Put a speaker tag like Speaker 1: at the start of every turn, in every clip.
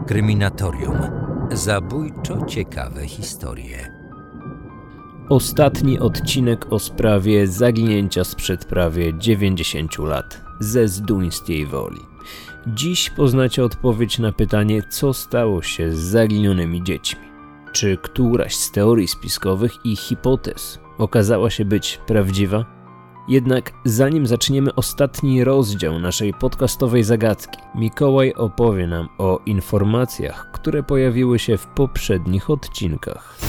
Speaker 1: Kryminatorium. Zabójczo ciekawe historie.
Speaker 2: Ostatni odcinek o sprawie zaginięcia sprzed prawie 90 lat ze Zduńskiej Woli. Dziś poznacie odpowiedź na pytanie, co stało się z zaginionymi dziećmi. Czy któraś z teorii spiskowych i hipotez okazała się być prawdziwa? Jednak zanim zaczniemy ostatni rozdział naszej podcastowej zagadki, Mikołaj opowie nam o informacjach, które pojawiły się w poprzednich odcinkach.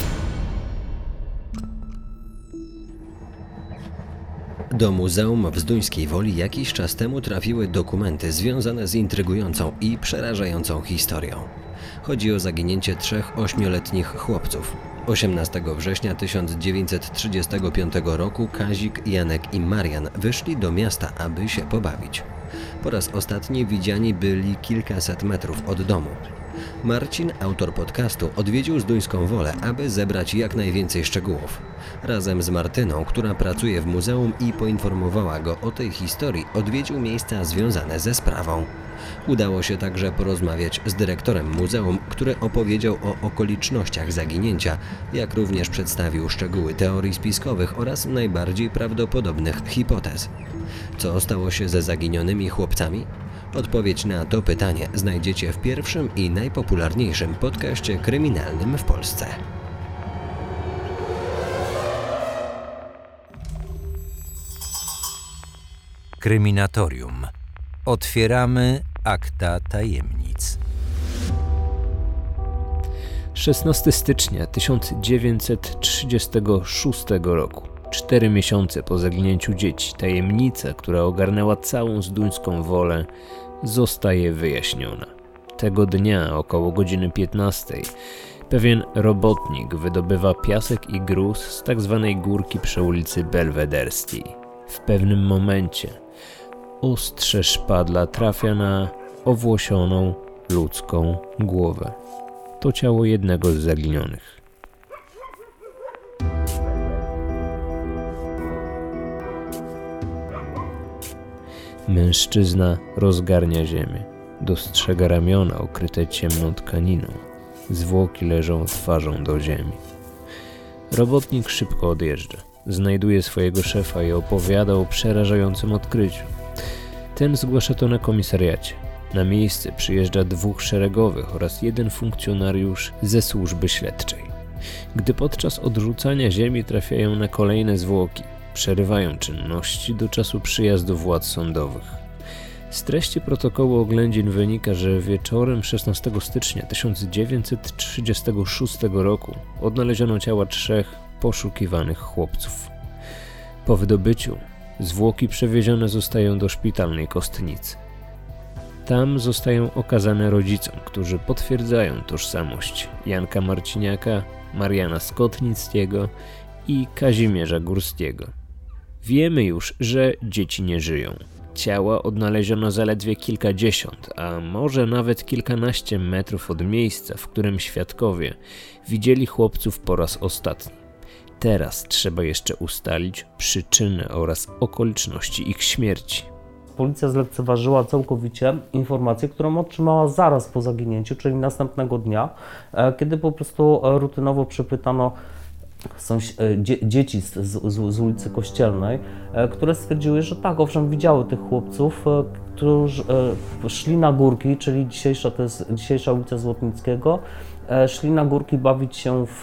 Speaker 3: Do Muzeum w Zduńskiej Woli jakiś czas temu trafiły dokumenty związane z intrygującą i przerażającą historią. Chodzi o zaginięcie 3 8-letnich chłopców. 18 września 1935 roku Kazik, Janek i Marian wyszli do miasta, aby się pobawić. Po raz ostatni widziani byli kilkaset metrów od domu. Marcin, autor podcastu, odwiedził Zduńską Wolę, aby zebrać jak najwięcej szczegółów. Razem z Martyną, która pracuje w muzeum i poinformowała go o tej historii, odwiedził miejsca związane ze sprawą. Udało się także porozmawiać z dyrektorem muzeum, który opowiedział o okolicznościach zaginięcia, jak również przedstawił szczegóły teorii spiskowych oraz najbardziej prawdopodobnych hipotez. Co stało się ze zaginionymi chłopcami? Odpowiedź na to pytanie znajdziecie w pierwszym i najpopularniejszym podcaście kryminalnym w Polsce.
Speaker 1: Kryminatorium. Otwieramy akta tajemnic.
Speaker 2: 16 stycznia 1936 roku. 4 miesiące po zaginięciu dzieci, tajemnica, która ogarnęła całą Zduńską Wolę, zostaje wyjaśniona. Tego dnia, około godziny 15, pewien robotnik wydobywa piasek i gruz z tzw. górki przy ulicy Belwederskiej. W pewnym momencie ostrze szpadla trafia na owłosioną ludzką głowę. To ciało jednego z zaginionych. Mężczyzna rozgarnia ziemię. Dostrzega ramiona okryte ciemną tkaniną. Zwłoki leżą twarzą do ziemi. Robotnik szybko odjeżdża. Znajduje swojego szefa i opowiada o przerażającym odkryciu. Ten zgłasza to na komisariacie. Na miejsce przyjeżdża 2 szeregowych oraz 1 funkcjonariusz ze służby śledczej. Gdy podczas odrzucania ziemi trafiają na kolejne zwłoki, przerywają czynności do czasu przyjazdu władz sądowych. Z treści protokołu oględzin wynika, że wieczorem 16 stycznia 1936 roku odnaleziono ciała 3 poszukiwanych chłopców. Po wydobyciu zwłoki przewiezione zostają do szpitalnej Kostnicy. Tam zostają okazane rodzicom, którzy potwierdzają tożsamość Janka Marciniaka, Mariana Skotnickiego i Kazimierza Górskiego. Wiemy już, że dzieci nie żyją. Ciała odnaleziono zaledwie kilkadziesiąt, a może nawet kilkanaście metrów od miejsca, w którym świadkowie widzieli chłopców po raz ostatni. Teraz trzeba jeszcze ustalić przyczynę oraz okoliczności ich śmierci.
Speaker 4: Policja zlekceważyła całkowicie informację, którą otrzymała zaraz po zaginięciu, czyli następnego dnia, kiedy po prostu rutynowo przepytano dzieci z ulicy Kościelnej, które stwierdziły, że tak, owszem, widziały tych chłopców, którzy szli na górki, czyli dzisiejsza ulica Złotnickiego, szli na górki bawić się w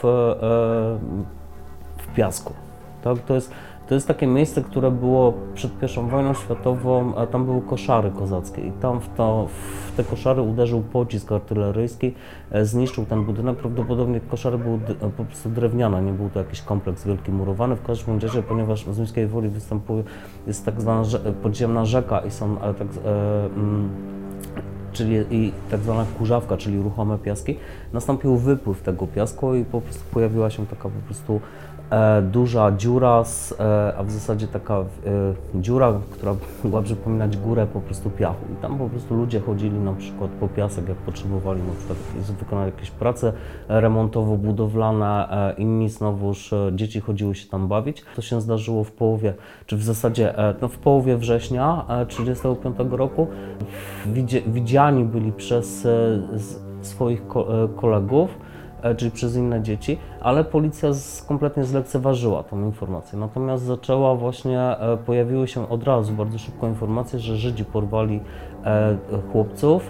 Speaker 4: piasku. Tak? To jest takie miejsce, które było przed I wojną światową, a tam były koszary kozackie i tam w te koszary uderzył pocisk artyleryjski, zniszczył ten budynek. Prawdopodobnie koszary były po prostu drewniane, nie był to jakiś kompleks wielki murowany. W każdym razie, ponieważ w Zduńskiej Woli jest tak zwana podziemna rzeka i są czyli tak zwana kurzawka, czyli ruchome piaski, nastąpił wypływ tego piasku i po prostu pojawiła się taka po prostu duża dziura, a w zasadzie taka dziura, która mogła przypominać górę po prostu piachu. I tam po prostu ludzie chodzili na przykład po piasek, jak potrzebowali na przykład wykonać jakieś prace remontowo-budowlane, inni znowuż dzieci chodziły się tam bawić. To się zdarzyło w połowie, czy w zasadzie w połowie września 1935 roku. Widziani byli przez swoich kolegów, czyli przez inne dzieci, ale policja kompletnie zlekceważyła tą informację. Natomiast pojawiły się od razu bardzo szybko informacje, że Żydzi porwali chłopców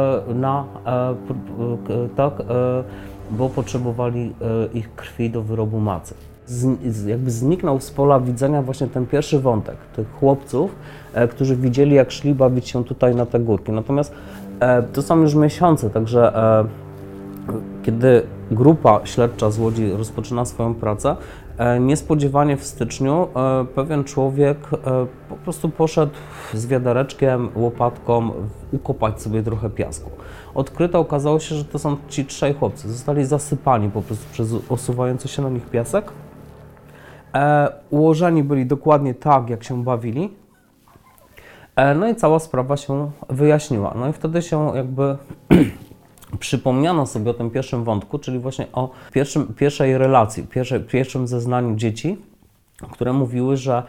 Speaker 4: bo potrzebowali ich krwi do wyrobu macy. Jakby zniknął z pola widzenia właśnie ten pierwszy wątek tych chłopców, którzy widzieli, jak szli bawić się tutaj na te górki. Natomiast to są już miesiące, także kiedy grupa śledcza z Łodzi rozpoczyna swoją pracę, niespodziewanie w styczniu pewien człowiek po prostu poszedł z wiadereczkiem, łopatką ukopać sobie trochę piasku. Okazało się, że to są ci 3 chłopcy. Zostali zasypani po prostu przez osuwający się na nich piasek. Ułożeni byli dokładnie tak, jak się bawili. No i cała sprawa się wyjaśniła. No i wtedy się jakby przypomniano sobie o tym pierwszym wątku, czyli właśnie o pierwszej relacji, pierwszym zeznaniu dzieci, które mówiły, że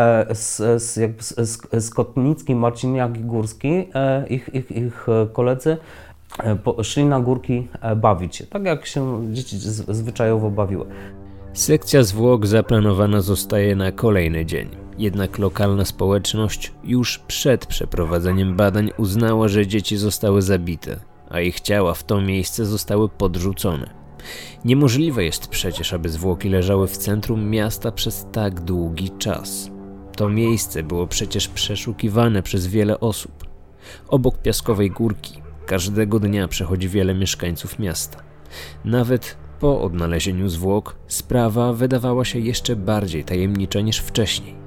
Speaker 4: Skotnicki, Marciniak i Górski, ich koledzy, szli na górki bawić się, tak jak się dzieci zwyczajowo bawiły.
Speaker 2: Sekcja zwłok zaplanowana zostaje na kolejny dzień. Jednak lokalna społeczność już przed przeprowadzeniem badań uznała, że dzieci zostały zabite, a ich ciała w to miejsce zostały podrzucone. Niemożliwe jest przecież, aby zwłoki leżały w centrum miasta przez tak długi czas. To miejsce było przecież przeszukiwane przez wiele osób. Obok piaskowej górki każdego dnia przechodzi wiele mieszkańców miasta. Nawet po odnalezieniu zwłok sprawa wydawała się jeszcze bardziej tajemnicza niż wcześniej.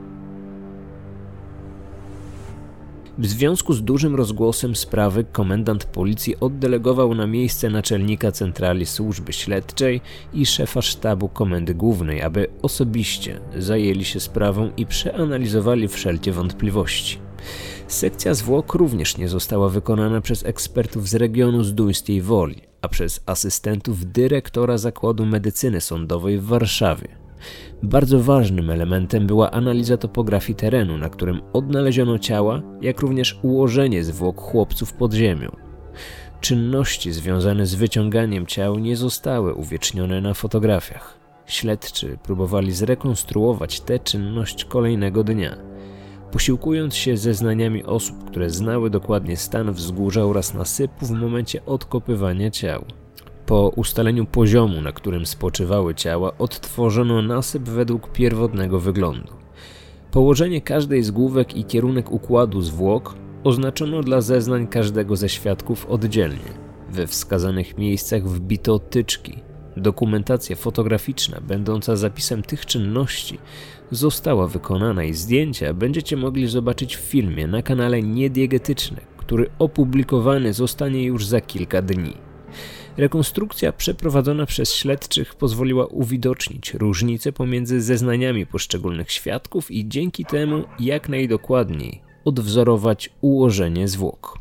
Speaker 2: W związku z dużym rozgłosem sprawy komendant policji oddelegował na miejsce naczelnika centrali służby śledczej i szefa sztabu komendy głównej, aby osobiście zajęli się sprawą i przeanalizowali wszelkie wątpliwości. Sekcja zwłok również nie została wykonana przez ekspertów z regionu Zduńskiej Woli, a przez asystentów dyrektora Zakładu Medycyny Sądowej w Warszawie. Bardzo ważnym elementem była analiza topografii terenu, na którym odnaleziono ciała, jak również ułożenie zwłok chłopców pod ziemią. Czynności związane z wyciąganiem ciał nie zostały uwiecznione na fotografiach. Śledczy próbowali zrekonstruować tę czynność kolejnego dnia, posiłkując się zeznaniami osób, które znały dokładnie stan wzgórza oraz nasypu w momencie odkopywania ciał. Po ustaleniu poziomu, na którym spoczywały ciała, odtworzono nasyp według pierwotnego wyglądu. Położenie każdej z główek i kierunek układu zwłok oznaczono dla zeznań każdego ze świadków oddzielnie. We wskazanych miejscach wbito tyczki. Dokumentacja fotograficzna, będąca zapisem tych czynności, została wykonana i zdjęcia będziecie mogli zobaczyć w filmie na kanale Niediegetyczne, który opublikowany zostanie już za kilka dni. Rekonstrukcja przeprowadzona przez śledczych pozwoliła uwidocznić różnice pomiędzy zeznaniami poszczególnych świadków i dzięki temu jak najdokładniej odwzorować ułożenie zwłok.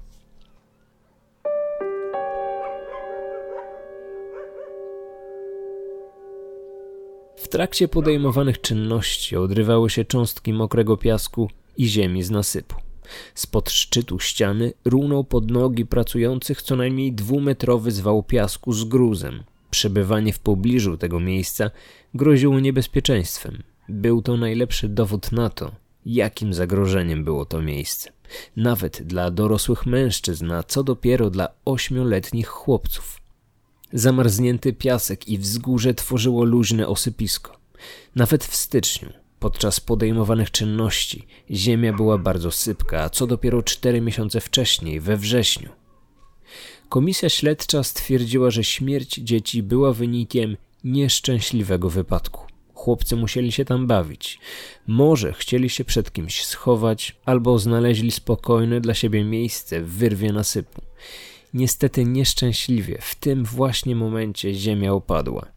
Speaker 2: W trakcie podejmowanych czynności odrywały się cząstki mokrego piasku i ziemi z nasypu. Spod szczytu ściany runął pod nogi pracujących co najmniej 2-metrowy zwał piasku z gruzem. Przebywanie w pobliżu tego miejsca groziło niebezpieczeństwem. Był to najlepszy dowód na to, jakim zagrożeniem było to miejsce. Nawet dla dorosłych mężczyzn, a co dopiero dla 8-letnich chłopców. Zamarznięty piasek i wzgórze tworzyło luźne osypisko. Nawet w styczniu, podczas podejmowanych czynności, ziemia była bardzo sypka, a co dopiero 4 miesiące wcześniej, we wrześniu. Komisja śledcza stwierdziła, że śmierć dzieci była wynikiem nieszczęśliwego wypadku. Chłopcy musieli się tam bawić. Może chcieli się przed kimś schować, albo znaleźli spokojne dla siebie miejsce w wyrwie nasypu. Niestety nieszczęśliwie w tym właśnie momencie ziemia opadła.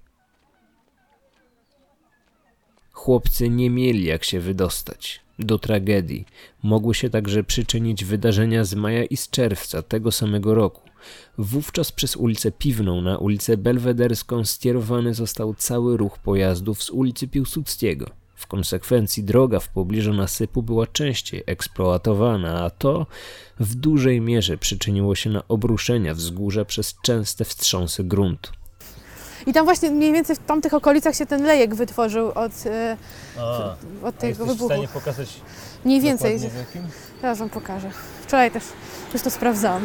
Speaker 2: Chłopcy nie mieli jak się wydostać. Do tragedii mogły się także przyczynić wydarzenia z maja i z czerwca tego samego roku. Wówczas przez ulicę Piwną na ulicę Belwederską skierowany został cały ruch pojazdów z ulicy Piłsudskiego. W konsekwencji droga w pobliżu nasypu była częściej eksploatowana, a to w dużej mierze przyczyniło się na obruszenia wzgórza przez częste wstrząsy gruntu.
Speaker 5: I tam właśnie mniej więcej w tamtych okolicach się ten lejek wytworzył od tego wybuchu.
Speaker 2: Jesteś w stanie pokazać
Speaker 5: Mniej więcej.
Speaker 2: z jakim?
Speaker 5: Teraz wam pokażę. Wczoraj też to sprawdzałam.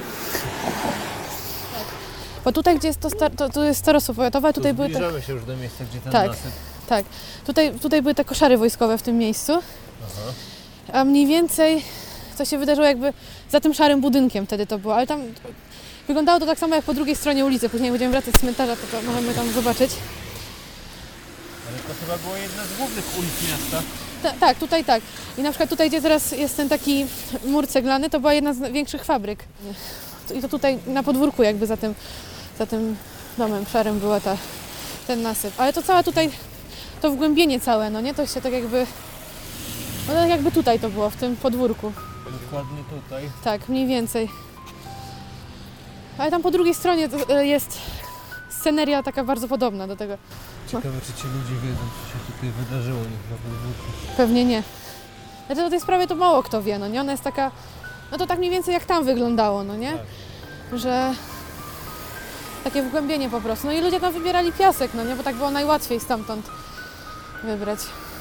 Speaker 5: Bo tutaj, gdzie jest to jest starostwo powiatowe, tutaj były
Speaker 2: Zbliżamy się już do miejsca, gdzie ten
Speaker 5: tak,
Speaker 2: nasyp.
Speaker 5: tak. Tutaj były te koszary wojskowe w tym miejscu.
Speaker 2: Aha.
Speaker 5: A mniej więcej to się wydarzyło jakby za tym szarym budynkiem wtedy to było, ale tam wyglądało to tak samo jak po drugiej stronie ulicy. Później jak będziemy wracać z cmentarza, to możemy tam zobaczyć.
Speaker 2: Ale to chyba była jedna z głównych ulic miasta.
Speaker 5: Tak, tutaj tak. I na przykład tutaj, gdzie teraz jest ten taki mur ceglany, to była jedna z większych fabryk. I to tutaj na podwórku jakby za tym domem szarym była ten nasyp. Ale to całe tutaj, to wgłębienie całe, no nie? To się tak jakby, no tak jakby tutaj to było, w tym podwórku.
Speaker 2: Dokładnie tutaj.
Speaker 5: Tak, mniej więcej. Ale tam po drugiej stronie to jest sceneria taka bardzo podobna do tego.
Speaker 2: Ciekawe, czy ci ludzie wiedzą, co się tutaj wydarzyło na podwórku.
Speaker 5: Pewnie nie. Znaczy o tej sprawie to mało kto wie, no nie? Ona jest taka, no to tak mniej więcej jak tam wyglądało, no nie?
Speaker 2: Tak.
Speaker 5: Że takie wgłębienie po prostu. No i ludzie tam wybierali piasek, no nie? Bo tak było najłatwiej stamtąd wybrać.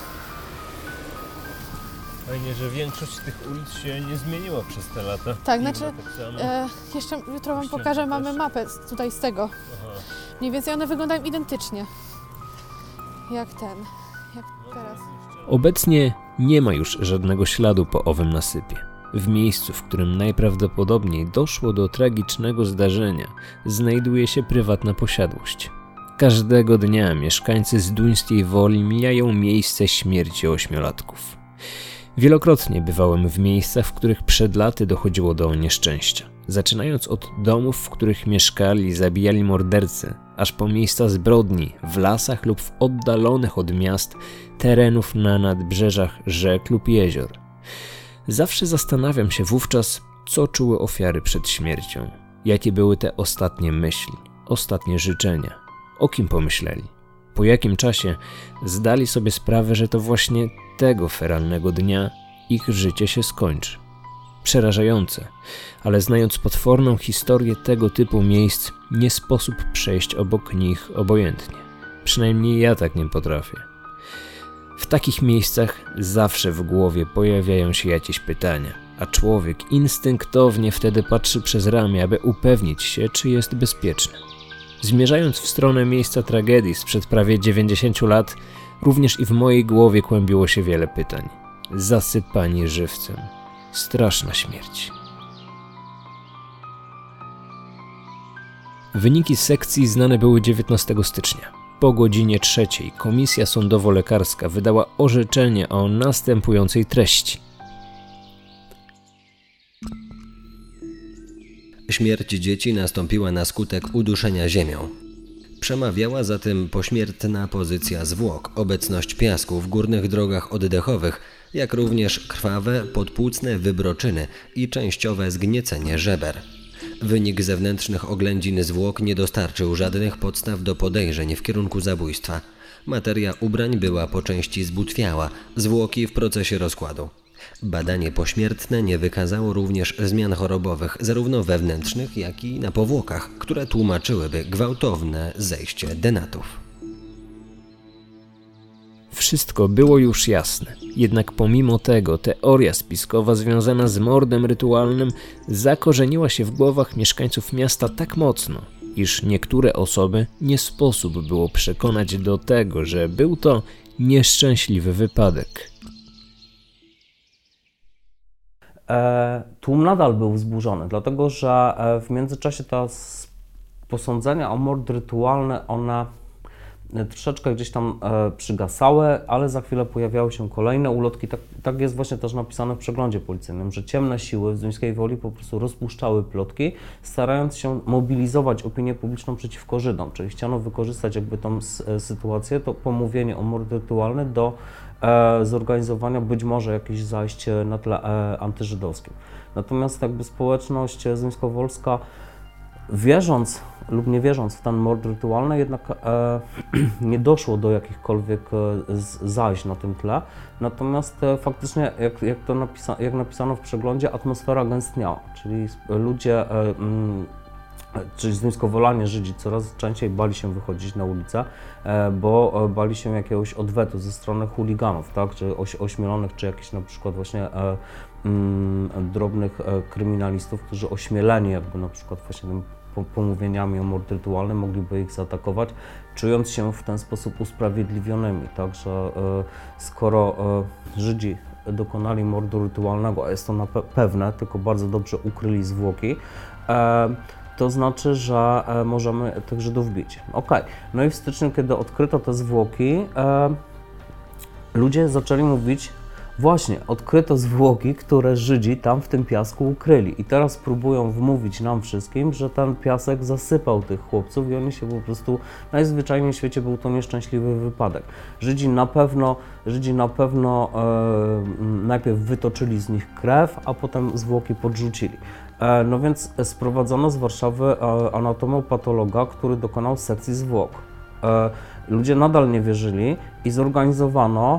Speaker 2: Fajnie, że większość tych ulic się nie zmieniła przez te lata.
Speaker 5: Tak,
Speaker 2: Inne
Speaker 5: znaczy
Speaker 2: tak samo.
Speaker 5: jeszcze jutro wam
Speaker 2: Myślę,
Speaker 5: pokażę,
Speaker 2: że
Speaker 5: mamy
Speaker 2: też.
Speaker 5: mapę tutaj z tego.
Speaker 2: Aha.
Speaker 5: Mniej więcej one wyglądają identycznie. Jak teraz.
Speaker 2: Obecnie nie ma już żadnego śladu po owym nasypie. W miejscu, w którym najprawdopodobniej doszło do tragicznego zdarzenia, znajduje się prywatna posiadłość. Każdego dnia mieszkańcy Zduńskiej Woli mijają miejsce śmierci ośmiolatków. Wielokrotnie bywałem w miejscach, w których przed laty dochodziło do nieszczęścia. Zaczynając od domów, w których mieszkali i zabijali mordercy, aż po miejsca zbrodni w lasach lub w oddalonych od miast terenów na nadbrzeżach rzek lub jezior. Zawsze zastanawiam się wówczas, co czuły ofiary przed śmiercią, jakie były te ostatnie myśli, ostatnie życzenia, o kim pomyśleli. Po jakim czasie zdali sobie sprawę, że to właśnie tego feralnego dnia ich życie się skończy. Przerażające, ale znając potworną historię tego typu miejsc, nie sposób przejść obok nich obojętnie. Przynajmniej ja tak nie potrafię. W takich miejscach zawsze w głowie pojawiają się jakieś pytania, a człowiek instynktownie wtedy patrzy przez ramię, aby upewnić się, czy jest bezpieczny. Zmierzając w stronę miejsca tragedii sprzed prawie 90 lat, również i w mojej głowie kłębiło się wiele pytań. Zasypani żywcem. Straszna śmierć. Wyniki sekcji znane były 19 stycznia. Po godzinie 3 Komisja Sądowo-Lekarska wydała orzeczenie o następującej treści.
Speaker 3: Śmierć dzieci nastąpiła na skutek uduszenia ziemią. Przemawiała za tym pośmiertna pozycja zwłok, obecność piasku w górnych drogach oddechowych, jak również krwawe, podpłucne wybroczyny i częściowe zgniecenie żeber. Wynik zewnętrznych oględzin zwłok nie dostarczył żadnych podstaw do podejrzeń w kierunku zabójstwa. Materia ubrań była po części zbutwiała, zwłoki w procesie rozkładu. Badanie pośmiertne nie wykazało również zmian chorobowych, zarówno wewnętrznych, jak i na powłokach, które tłumaczyłyby gwałtowne zejście denatów.
Speaker 2: Wszystko było już jasne, jednak pomimo tego teoria spiskowa związana z mordem rytualnym zakorzeniła się w głowach mieszkańców miasta tak mocno, iż niektóre osoby nie sposób było przekonać do tego, że był to nieszczęśliwy wypadek.
Speaker 4: Tłum nadal był wzburzony, dlatego że w międzyczasie te posądzenia o mord rytualny, one troszeczkę gdzieś tam przygasały, ale za chwilę pojawiały się kolejne ulotki. Tak jest właśnie też napisane w przeglądzie policyjnym, że ciemne siły w Zduńskiej Woli po prostu rozpuszczały plotki, starając się mobilizować opinię publiczną przeciwko Żydom, czyli chciano wykorzystać jakby tą sytuację, to pomówienie o mord rytualny do zorganizowania być może jakichś zajść na tle antyżydowskim. Natomiast jakby społeczność zduńskowolska Wierząc lub nie wierząc w ten mord rytualny, jednak nie doszło do jakichkolwiek zajść na tym tle. Natomiast faktycznie, jak napisano w przeglądzie, atmosfera gęstniała, czyli ludzie, czyli zduńskowolanie Żydzi coraz częściej bali się wychodzić na ulicę, bo bali się jakiegoś odwetu ze strony chuliganów, tak, czy ośmielonych, czy jakichś na przykład właśnie drobnych kryminalistów, którzy ośmieleni jakby na przykład właśnie tym pomówieniami o mord rytualny mogliby ich zaatakować, czując się w ten sposób usprawiedliwionymi. Także skoro Żydzi dokonali mordu rytualnego, a jest to na pewne, tylko bardzo dobrze ukryli zwłoki, to znaczy, że możemy tych Żydów bić. No i w styczniu, kiedy odkryto te zwłoki, ludzie zaczęli mówić, właśnie, odkryto zwłoki, które Żydzi tam w tym piasku ukryli. I teraz próbują wmówić nam wszystkim, że ten piasek zasypał tych chłopców i oni się po prostu, najzwyczajniej w świecie był to nieszczęśliwy wypadek. Żydzi na pewno najpierw wytoczyli z nich krew, a potem zwłoki podrzucili. No więc sprowadzono z Warszawy anatomopatologa, który dokonał sekcji zwłok. Ludzie nadal nie wierzyli i zorganizowano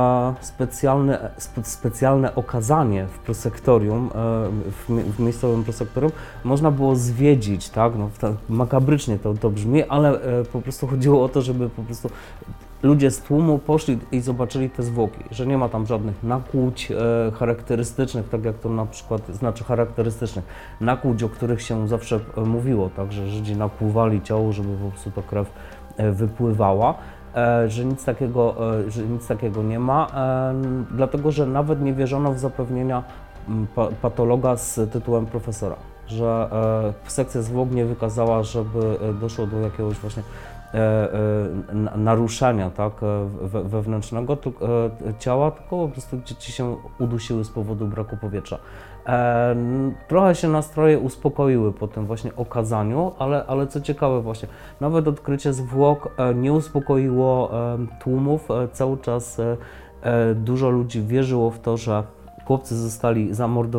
Speaker 4: specjalne okazanie w prosektorium, w miejscowym prosektorium. Można było zwiedzić, tak, no, makabrycznie to brzmi, ale po prostu chodziło o to, żeby po prostu ludzie z tłumu poszli i zobaczyli te zwłoki, że nie ma tam żadnych nakłuć charakterystycznych, tak jak to na przykład znaczy charakterystycznych, nakłuć, o których się zawsze mówiło, tak, że Żydzi nakłuwali ciało, żeby po prostu ta krew wypływała, że nic takiego nie ma, dlatego że nawet nie wierzono w zapewnienia patologa z tytułem profesora, że sekcja zwłok nie wykazała, żeby doszło do jakiegoś właśnie naruszenia, tak, wewnętrznego ciała, tylko po prostu dzieci się udusiły z powodu braku powietrza. Trochę się nastroje uspokoiły po tym właśnie okazaniu, ale co ciekawe właśnie, nawet odkrycie zwłok nie uspokoiło tłumów. Cały czas dużo ludzi wierzyło w to, że chłopcy zostali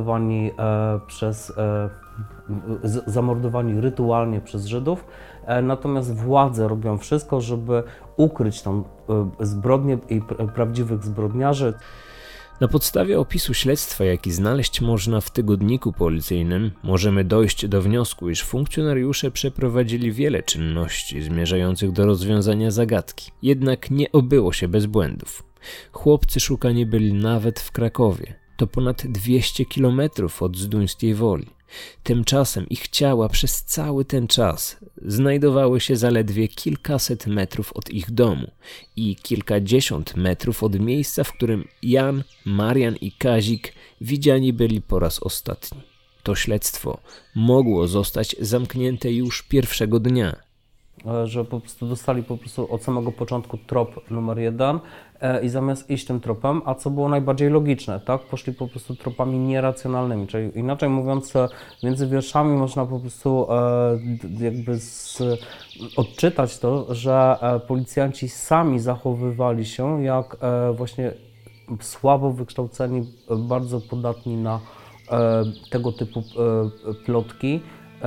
Speaker 4: zamordowani rytualnie przez Żydów, natomiast władze robią wszystko, żeby ukryć tam zbrodnie i prawdziwych zbrodniarzy.
Speaker 2: Na podstawie opisu śledztwa, jaki znaleźć można w tygodniku policyjnym, możemy dojść do wniosku, iż funkcjonariusze przeprowadzili wiele czynności zmierzających do rozwiązania zagadki. Jednak nie obyło się bez błędów. Chłopcy szukani byli nawet w Krakowie. To ponad 200 kilometrów od Zduńskiej Woli. Tymczasem ich ciała przez cały ten czas znajdowały się zaledwie kilkaset metrów od ich domu i kilkadziesiąt metrów od miejsca, w którym Jan, Marian i Kazik widziani byli po raz ostatni. To śledztwo mogło zostać zamknięte już pierwszego dnia.
Speaker 4: Że po prostu dostali od samego początku trop numer 1 i zamiast iść tym tropem, a co było najbardziej logiczne, tak, poszli po prostu tropami nieracjonalnymi, czyli inaczej mówiąc, między wierszami można po prostu jakby odczytać to, że policjanci sami zachowywali się jak właśnie słabo wykształceni, bardzo podatni na tego typu plotki.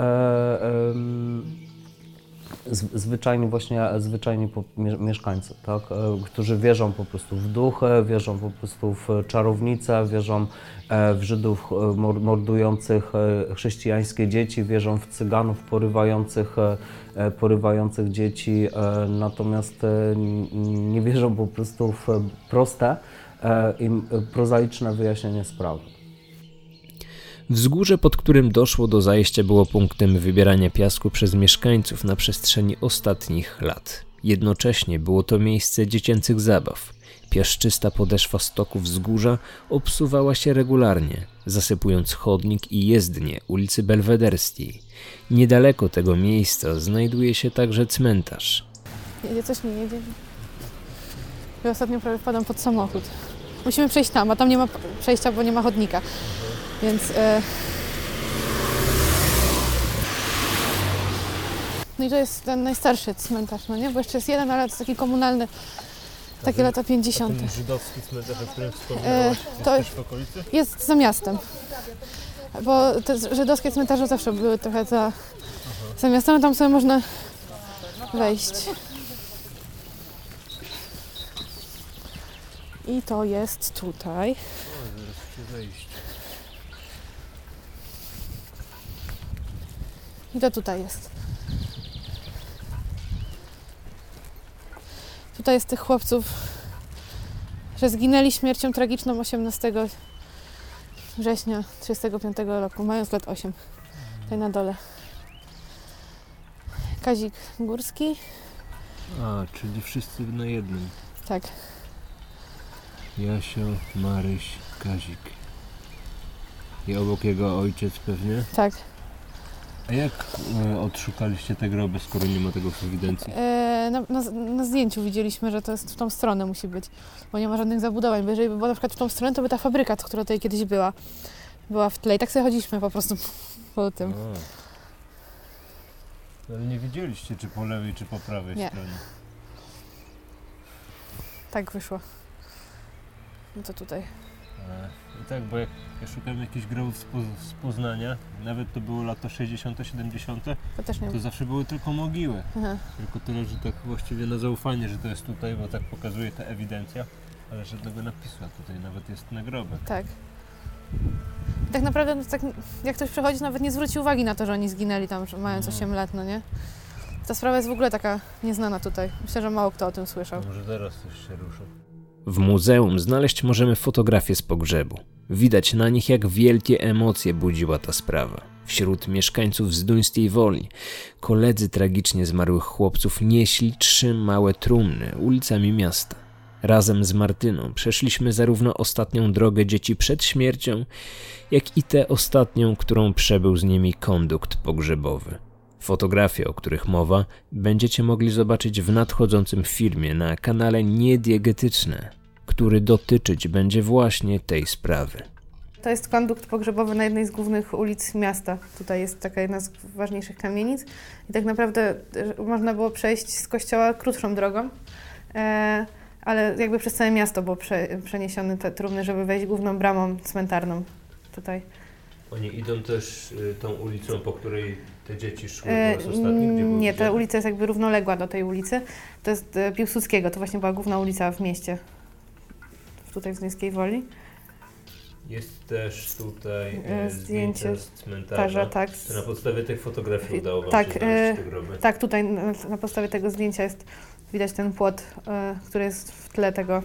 Speaker 4: Zwyczajni mieszkańcy, tak, którzy wierzą po prostu w duchy, wierzą po prostu w czarownice, wierzą w Żydów mordujących chrześcijańskie dzieci, wierzą w Cyganów porywających dzieci, natomiast nie wierzą po prostu w proste i prozaiczne wyjaśnienie sprawy.
Speaker 2: Wzgórze, pod którym doszło do zajścia, było punktem wybierania piasku przez mieszkańców na przestrzeni ostatnich lat. Jednocześnie było to miejsce dziecięcych zabaw. Piaszczysta podeszwa stoku wzgórza obsuwała się regularnie, zasypując chodnik i jezdnię ulicy Belwederskiej. Niedaleko tego miejsca znajduje się także cmentarz.
Speaker 5: Coś mi jedzie. Ja ostatnio prawie wpadam pod samochód. Musimy przejść tam, a tam nie ma przejścia, bo nie ma chodnika. Więc no i to jest ten najstarszy cmentarz, no nie? Bo jeszcze jest jeden, ale to jest taki komunalny, takie lata 50.
Speaker 6: Ten żydowski cmentarz, o którym wspomniałaś, jest też w okolicy?
Speaker 5: Jest za miastem. Bo te żydowskie cmentarze zawsze były trochę za miastem, tam sobie można wejść. I to jest tutaj. I to tutaj jest. Tutaj jest tych chłopców, że zginęli śmiercią tragiczną 18 września 1935 roku, mając lat 8. Tutaj na dole. Kazik Górski.
Speaker 2: A, czyli wszyscy na jednym.
Speaker 5: Tak.
Speaker 2: Jasio, Maryś, Kazik. I obok jego ojciec pewnie?
Speaker 5: Tak.
Speaker 2: A jak odszukaliście te groby, skoro nie ma tego w ewidencji?
Speaker 5: Na zdjęciu widzieliśmy, że to jest w tą stronę musi być, bo nie ma żadnych zabudowań, bo jeżeli by było na przykład w tą stronę, to by ta fabryka, która tutaj kiedyś była w tle i tak sobie chodziliśmy po prostu po tym.
Speaker 2: Ale nie widzieliście, czy po lewej, czy po prawej stronie?
Speaker 5: Tak wyszło. No to tutaj.
Speaker 2: I tak, bo jak ja szukałem jakichś grobów z Poznania, nawet to było lata 60., 70.,
Speaker 5: To też nie
Speaker 2: to zawsze były tylko mogiły.
Speaker 5: Aha.
Speaker 2: Tylko tyle, że tak właściwie na zaufanie, że to jest tutaj, bo tak pokazuje ta ewidencja, ale żadnego napisu, a tutaj nawet jest nagrobek.
Speaker 5: Tak. I tak naprawdę, no, tak, jak ktoś przechodzi, nawet nie zwróci uwagi na to, że oni zginęli tam, mając 8 lat, no nie? Ta sprawa jest w ogóle taka nieznana tutaj. Myślę, że mało kto o tym słyszał.
Speaker 2: Może teraz coś się ruszy.
Speaker 7: W muzeum znaleźć możemy fotografie z pogrzebu. Widać na nich, jak wielkie emocje budziła ta sprawa. Wśród mieszkańców Zduńskiej Woli koledzy tragicznie zmarłych chłopców nieśli 3 małe trumny ulicami miasta. Razem z Martyną przeszliśmy zarówno ostatnią drogę dzieci przed śmiercią, jak i tę ostatnią, którą przebył z nimi kondukt pogrzebowy. Fotografie, o których mowa, będziecie mogli zobaczyć w nadchodzącym filmie na kanale Niediegetyczne, który dotyczyć będzie właśnie tej sprawy.
Speaker 5: To jest kondukt pogrzebowy na jednej z głównych ulic miasta. Tutaj jest taka jedna z ważniejszych kamienic i tak naprawdę można było przejść z kościoła krótszą drogą, ale jakby przez całe miasto było przeniesione te trumny, żeby wejść główną bramą cmentarną tutaj.
Speaker 2: Oni idą też tą ulicą, po której te dzieci szły po raz ostatni?
Speaker 5: Nie, ta ulica jest jakby równoległa do tej ulicy. To jest Piłsudskiego, to właśnie była główna ulica w mieście, tutaj w Zduńskiej Woli.
Speaker 2: Jest też tutaj
Speaker 5: zdjęcie
Speaker 2: z cmentarza.
Speaker 5: Tak.
Speaker 2: To na podstawie tych fotografii udało wam się znaleźć te groby?
Speaker 5: Tak, tutaj na podstawie tego zdjęcia jest widać ten płot, który jest w tle tego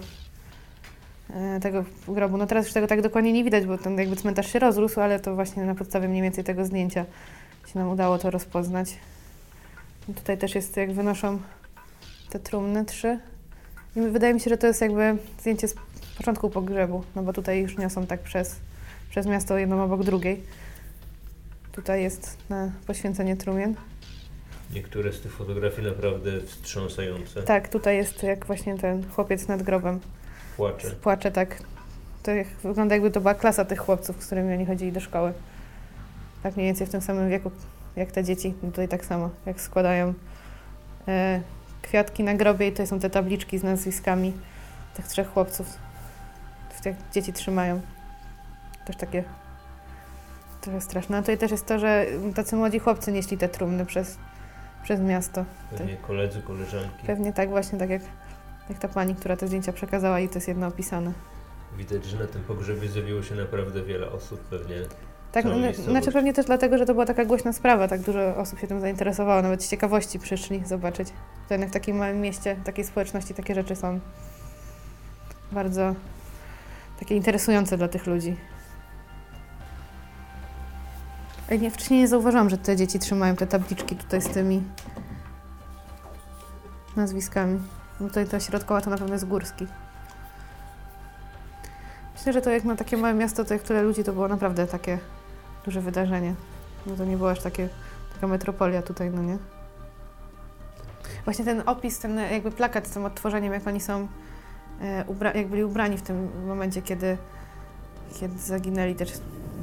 Speaker 5: grobu. No teraz już tego tak dokładnie nie widać, bo ten jakby cmentarz się rozrósł, ale to właśnie na podstawie mniej więcej tego zdjęcia się nam udało to rozpoznać. I tutaj też jest, jak wynoszą te trumny 3. I wydaje mi się, że to jest jakby zdjęcie z początku pogrzebu, no bo tutaj już niosą tak przez miasto jedną obok drugiej. Tutaj jest na poświęcenie trumien.
Speaker 2: Niektóre z tych fotografii naprawdę wstrząsające.
Speaker 5: Tak, tutaj jest jak właśnie ten chłopiec nad grobem. Płacze, tak. To wygląda, jakby to była klasa tych chłopców, z którymi oni chodzili do szkoły. Tak mniej więcej w tym samym wieku jak te dzieci. No tutaj tak samo, jak składają kwiatki na grobie i tutaj są te tabliczki z nazwiskami tych 3 chłopców. Jak dzieci trzymają. Też takie trochę straszne. A tutaj też jest to, że tacy młodzi chłopcy nieśli te trumny przez miasto.
Speaker 2: Pewnie koledzy, koleżanki.
Speaker 5: Pewnie tak, właśnie tak jak ta pani, która te zdjęcia przekazała i to jest jedno opisane.
Speaker 2: Widać, że na tym pogrzebie zjawiło się naprawdę wiele osób, pewnie.
Speaker 5: Tak, znaczy pewnie też dlatego, że to była taka głośna sprawa, tak dużo osób się tym zainteresowało, nawet z ciekawości przyszli zobaczyć. To jednak w takim małym mieście, takiej społeczności takie rzeczy są bardzo takie interesujące dla tych ludzi. Wcześniej nie zauważyłam, że te dzieci trzymają te tabliczki tutaj z tymi nazwiskami. Bo tutaj ta środkowa to na pewno jest Górski. Myślę, że to jak na takie małe miasto, to jak tyle ludzi, to było naprawdę takie duże wydarzenie. No to nie była aż taka metropolia tutaj, no nie? Właśnie ten opis, ten jakby plakat z tym odtworzeniem, jak oni są, jak byli ubrani w tym momencie, kiedy zaginęli też.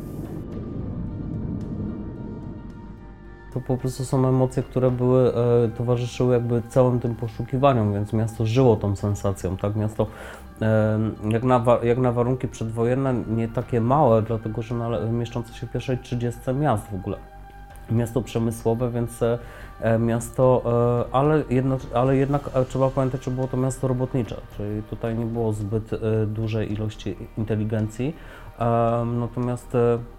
Speaker 4: To po prostu są emocje, które towarzyszyły jakby całym tym poszukiwaniom, więc miasto żyło tą sensacją, tak? Miasto jak na warunki przedwojenne nie takie małe, dlatego że mieszczące się w pierwszej 30 miast w ogóle miasto przemysłowe, więc miasto, ale jednak trzeba pamiętać, że było to miasto robotnicze, czyli tutaj nie było zbyt dużej ilości inteligencji, natomiast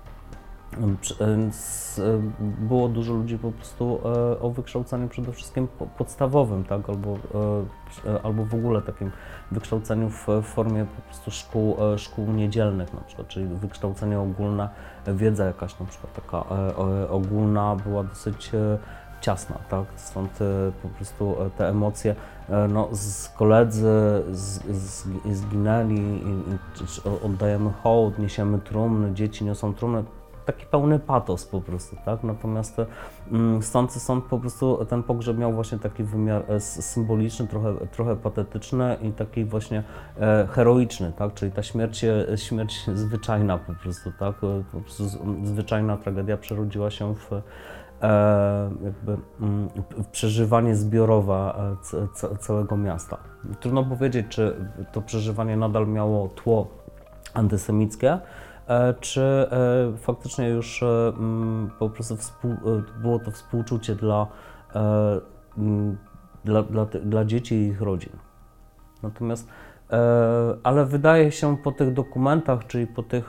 Speaker 4: było dużo ludzi po prostu o wykształceniu przede wszystkim podstawowym, tak? Albo w ogóle takim wykształceniu w formie po prostu szkół niedzielnych na przykład, czyli wykształcenie ogólne, wiedza jakaś na przykład taka ogólna była dosyć ciasna, tak? Stąd po prostu te emocje, koledzy zginęli, oddajemy hołd, niesiemy trumny, dzieci niosą trumny. Taki pełny patos po prostu, tak? Natomiast stąd po prostu ten pogrzeb miał właśnie taki wymiar symboliczny, trochę patetyczny i taki właśnie heroiczny, tak? Czyli ta śmierć zwyczajna po prostu, tak? Po prostu zwyczajna tragedia przerodziła się w przeżywanie zbiorowe całego miasta. Trudno powiedzieć, czy to przeżywanie nadal miało tło antysemickie, czy faktycznie już po prostu było to współczucie dla dzieci i ich rodzin. Natomiast, ale wydaje się po tych dokumentach, czyli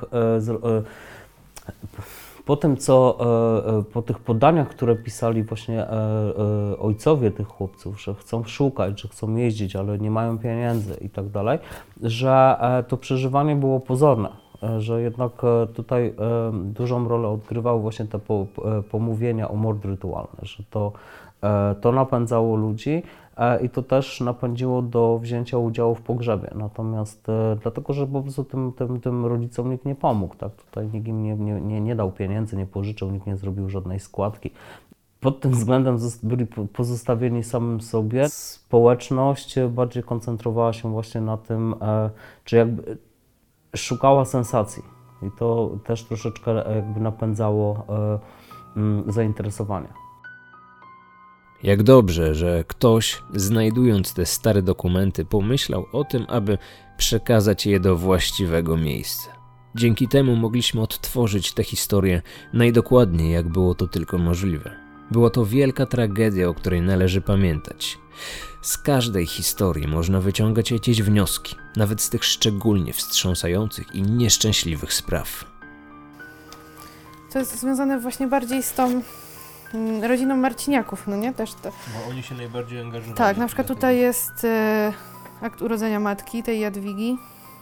Speaker 4: po tych podaniach, które pisali właśnie ojcowie tych chłopców, że chcą szukać, że chcą jeździć, ale nie mają pieniędzy i tak dalej, że to przeżywanie było pozorne, że jednak tutaj dużą rolę odgrywały właśnie te pomówienia o mord rytualny, że to napędzało ludzi i to też napędziło do wzięcia udziału w pogrzebie. Natomiast dlatego, że po prostu tym rodzicom nikt nie pomógł, tak? Tutaj nikt im nie dał pieniędzy, nie pożyczył, nikt nie zrobił żadnej składki. Pod tym względem byli pozostawieni samym sobie. Społeczność bardziej koncentrowała się właśnie na tym, czy jakby szukała sensacji i to też troszeczkę jakby napędzało zainteresowanie.
Speaker 2: Jak dobrze, że ktoś, znajdując te stare dokumenty, pomyślał o tym, aby przekazać je do właściwego miejsca. Dzięki temu mogliśmy odtworzyć tę historię najdokładniej, jak było to tylko możliwe. Była to wielka tragedia, o której należy pamiętać. Z każdej historii można wyciągać jakieś wnioski, nawet z tych szczególnie wstrząsających i nieszczęśliwych spraw.
Speaker 5: To jest związane właśnie bardziej z tą rodziną Marciniaków, no nie? Też to.
Speaker 6: Bo oni się najbardziej angażowali.
Speaker 5: Tak, na przykład tutaj jest akt urodzenia matki, tej Jadwigi.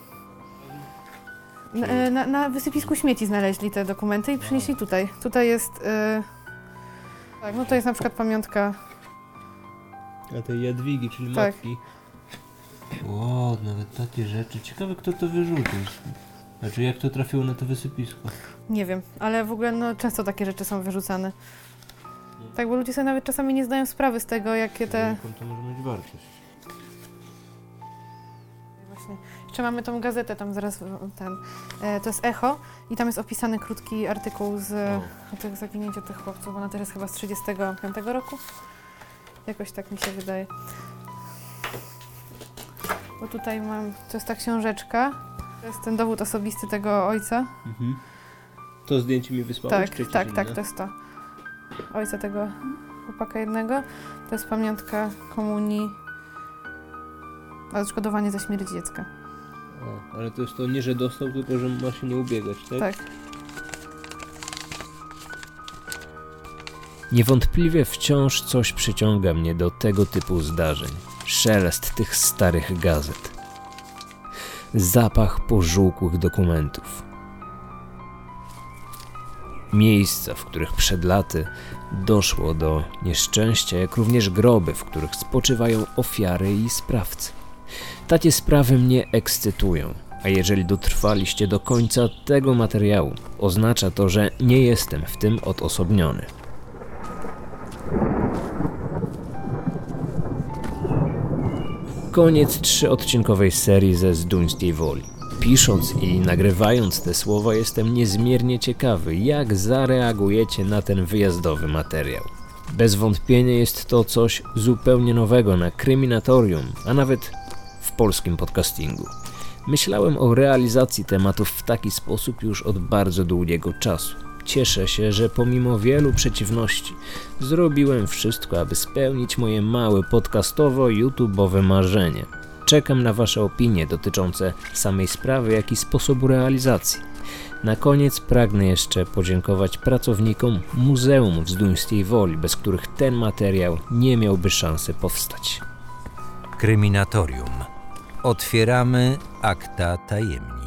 Speaker 5: Na wysypisku śmieci znaleźli te dokumenty i przynieśli tutaj. Tutaj jest, tak, no to jest na przykład pamiątka.
Speaker 6: A tej Jadwigi, czyli
Speaker 5: tak.
Speaker 6: Matki. Wow, nawet takie rzeczy. Ciekawe, kto to wyrzucił. Znaczy, jak to trafiło na to wysypisko?
Speaker 5: Nie wiem, ale w ogóle no, często takie rzeczy są wyrzucane. Tak, bo ludzie sobie nawet czasami nie zdają sprawy z tego, jakie te...
Speaker 6: Jaką to może mieć wartość.
Speaker 5: Właśnie. Jeszcze mamy tą gazetę, tam zaraz to jest Echo i tam jest opisany krótki artykuł o tych zaginięciu tych chłopców. Ona też jest chyba z 1935 roku. Jakoś tak mi się wydaje. Bo tutaj mam, to jest ta książeczka. To jest ten dowód osobisty tego ojca.
Speaker 6: Mhm. To zdjęcie mi wysłałeś?
Speaker 5: Tak, to jest to. Ojca tego chłopaka jednego. To jest pamiątka komunii. Odszkodowanie za śmierć dziecka.
Speaker 6: O, ale to jest to nie, że dostał, tylko że ma się nie ubiegać, tak?
Speaker 5: Tak.
Speaker 2: Niewątpliwie wciąż coś przyciąga mnie do tego typu zdarzeń. Szelest tych starych gazet. Zapach pożółkłych dokumentów. Miejsca, w których przed laty doszło do nieszczęścia, jak również groby, w których spoczywają ofiary i sprawcy. Takie sprawy mnie ekscytują, a jeżeli dotrwaliście do końca tego materiału, oznacza to, że nie jestem w tym odosobniony. Koniec 3-odcinkowej serii ze Zduńskiej Woli. Pisząc i nagrywając te słowa jestem niezmiernie ciekawy, jak zareagujecie na ten wyjazdowy materiał. Bez wątpienia jest to coś zupełnie nowego na Kryminatorium, a nawet w polskim podcastingu. Myślałem o realizacji tematów w taki sposób już od bardzo długiego czasu. cieszę się, że pomimo wielu przeciwności zrobiłem wszystko, aby spełnić moje małe podcastowo-youtube'owe marzenie. Czekam na Wasze opinie dotyczące samej sprawy, jak i sposobu realizacji. Na koniec pragnę jeszcze podziękować pracownikom Muzeum w Zduńskiej Woli, bez których ten materiał nie miałby szansy powstać.
Speaker 1: Kryminatorium. Otwieramy akta tajemnic.